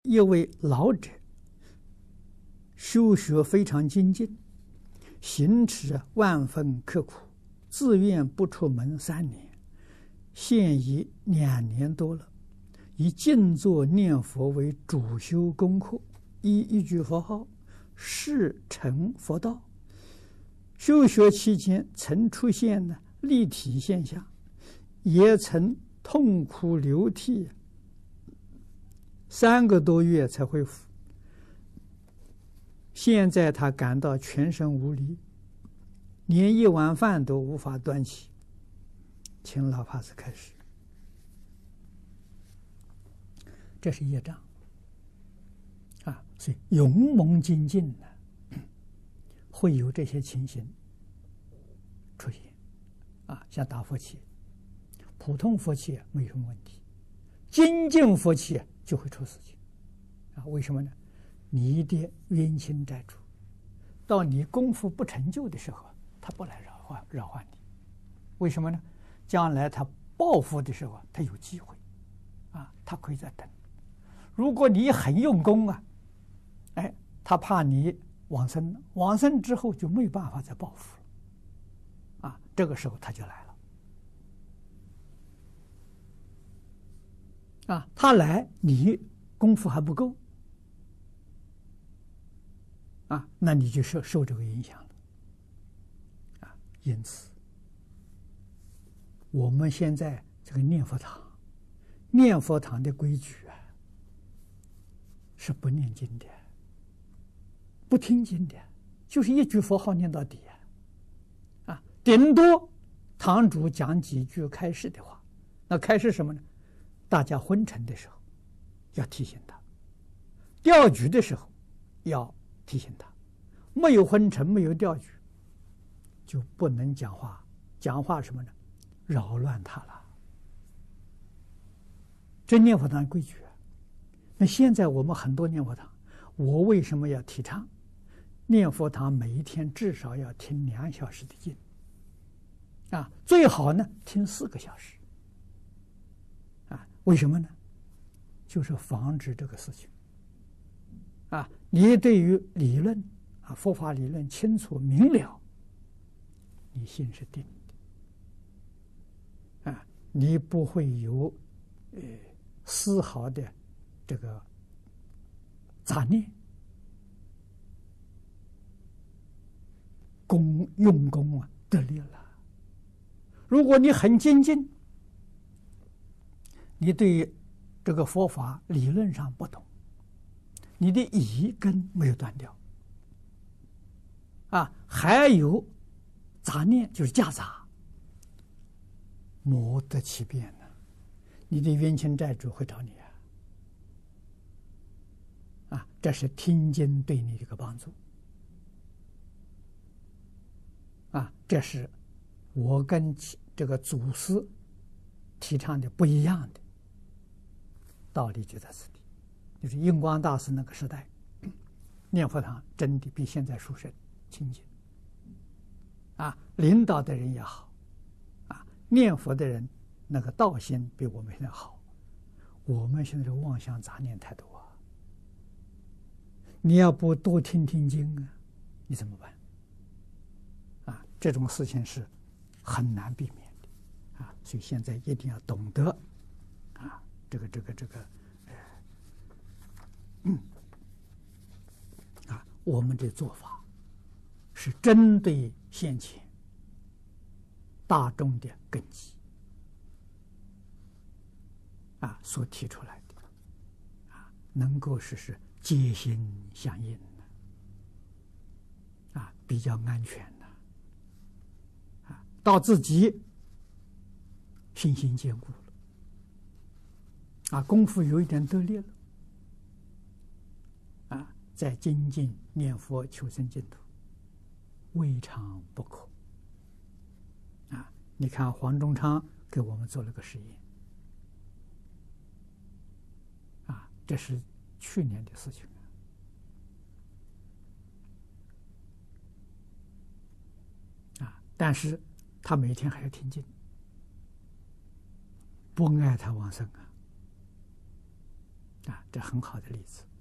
一位老者，修学非常精进，行持万分刻苦，自愿不出门3年，现已2年多了，以静坐念佛为主修功课，依一句佛号誓成佛道。修学期间曾出现立体现象，也曾痛哭流涕，3个多月才恢复。现在他感到全身无力，连一碗饭都无法端起。请老法师开始。这是业障啊，所以勇猛精进呢，会有这些情形出现啊。像大佛起，普通佛起没什么问题，精进佛起就会出事情啊。为什么呢？你的冤亲债主，到你功夫不成就的时候，他不来扰患你。为什么呢？将来他报复的时候，他有机会啊，他可以再等。如果你很用功啊，哎，他怕你往生了，往生之后就没有办法再报复了啊，这个时候他就来了啊。他来，你功夫还不够啊，那你就受这个影响了啊。因此，我们现在这个念佛堂的规矩啊，是不念经的，不听经的，就是一句佛号念到底啊。顶多堂主讲几句开示的话，那开示什么呢？大家昏沉的时候要提醒他，调举的时候要提醒他，没有昏沉没有调举就不能讲话。讲话什么呢？扰乱他了。这念佛堂规矩啊。那现在我们很多念佛堂，我为什么要提倡念佛堂每一天至少要听2小时的经啊？最好呢听4个小时啊。为什么呢？就是防止这个事情啊。你对于理论啊，佛法理论清楚明了，你心是定的啊，你不会有丝毫的这个杂念，用功啊得力了。如果你很精进，你对这个佛法理论上不懂，你的疑根没有断掉啊，还有杂念，就是夹杂，魔得其变呢，你的冤亲债主会找你啊，这是听经对你的一个帮助啊。这是我跟这个祖师提倡的不一样的道理，就在此地。就是印光大师那个时代，念佛堂真的比现在殊胜清净啊。领导的人也好啊，念佛的人那个道心比我们现在好。我们现在的妄想杂念太多啊，你要不多听听经啊，你怎么办啊？这种事情是很难避免的啊。所以现在一定要懂得啊，我们的做法是针对现前大众的根基啊所提出来的啊，能够是皆心相应啊，比较安全啊，到自己信心坚固了啊，功夫有一点得力了啊，在精进念佛求生净土，未尝不可啊。你看黄宗昌给我们做了个实验啊，这是去年的事情啊，但是他每天还要听经，不爱他往生啊，这很好的例子。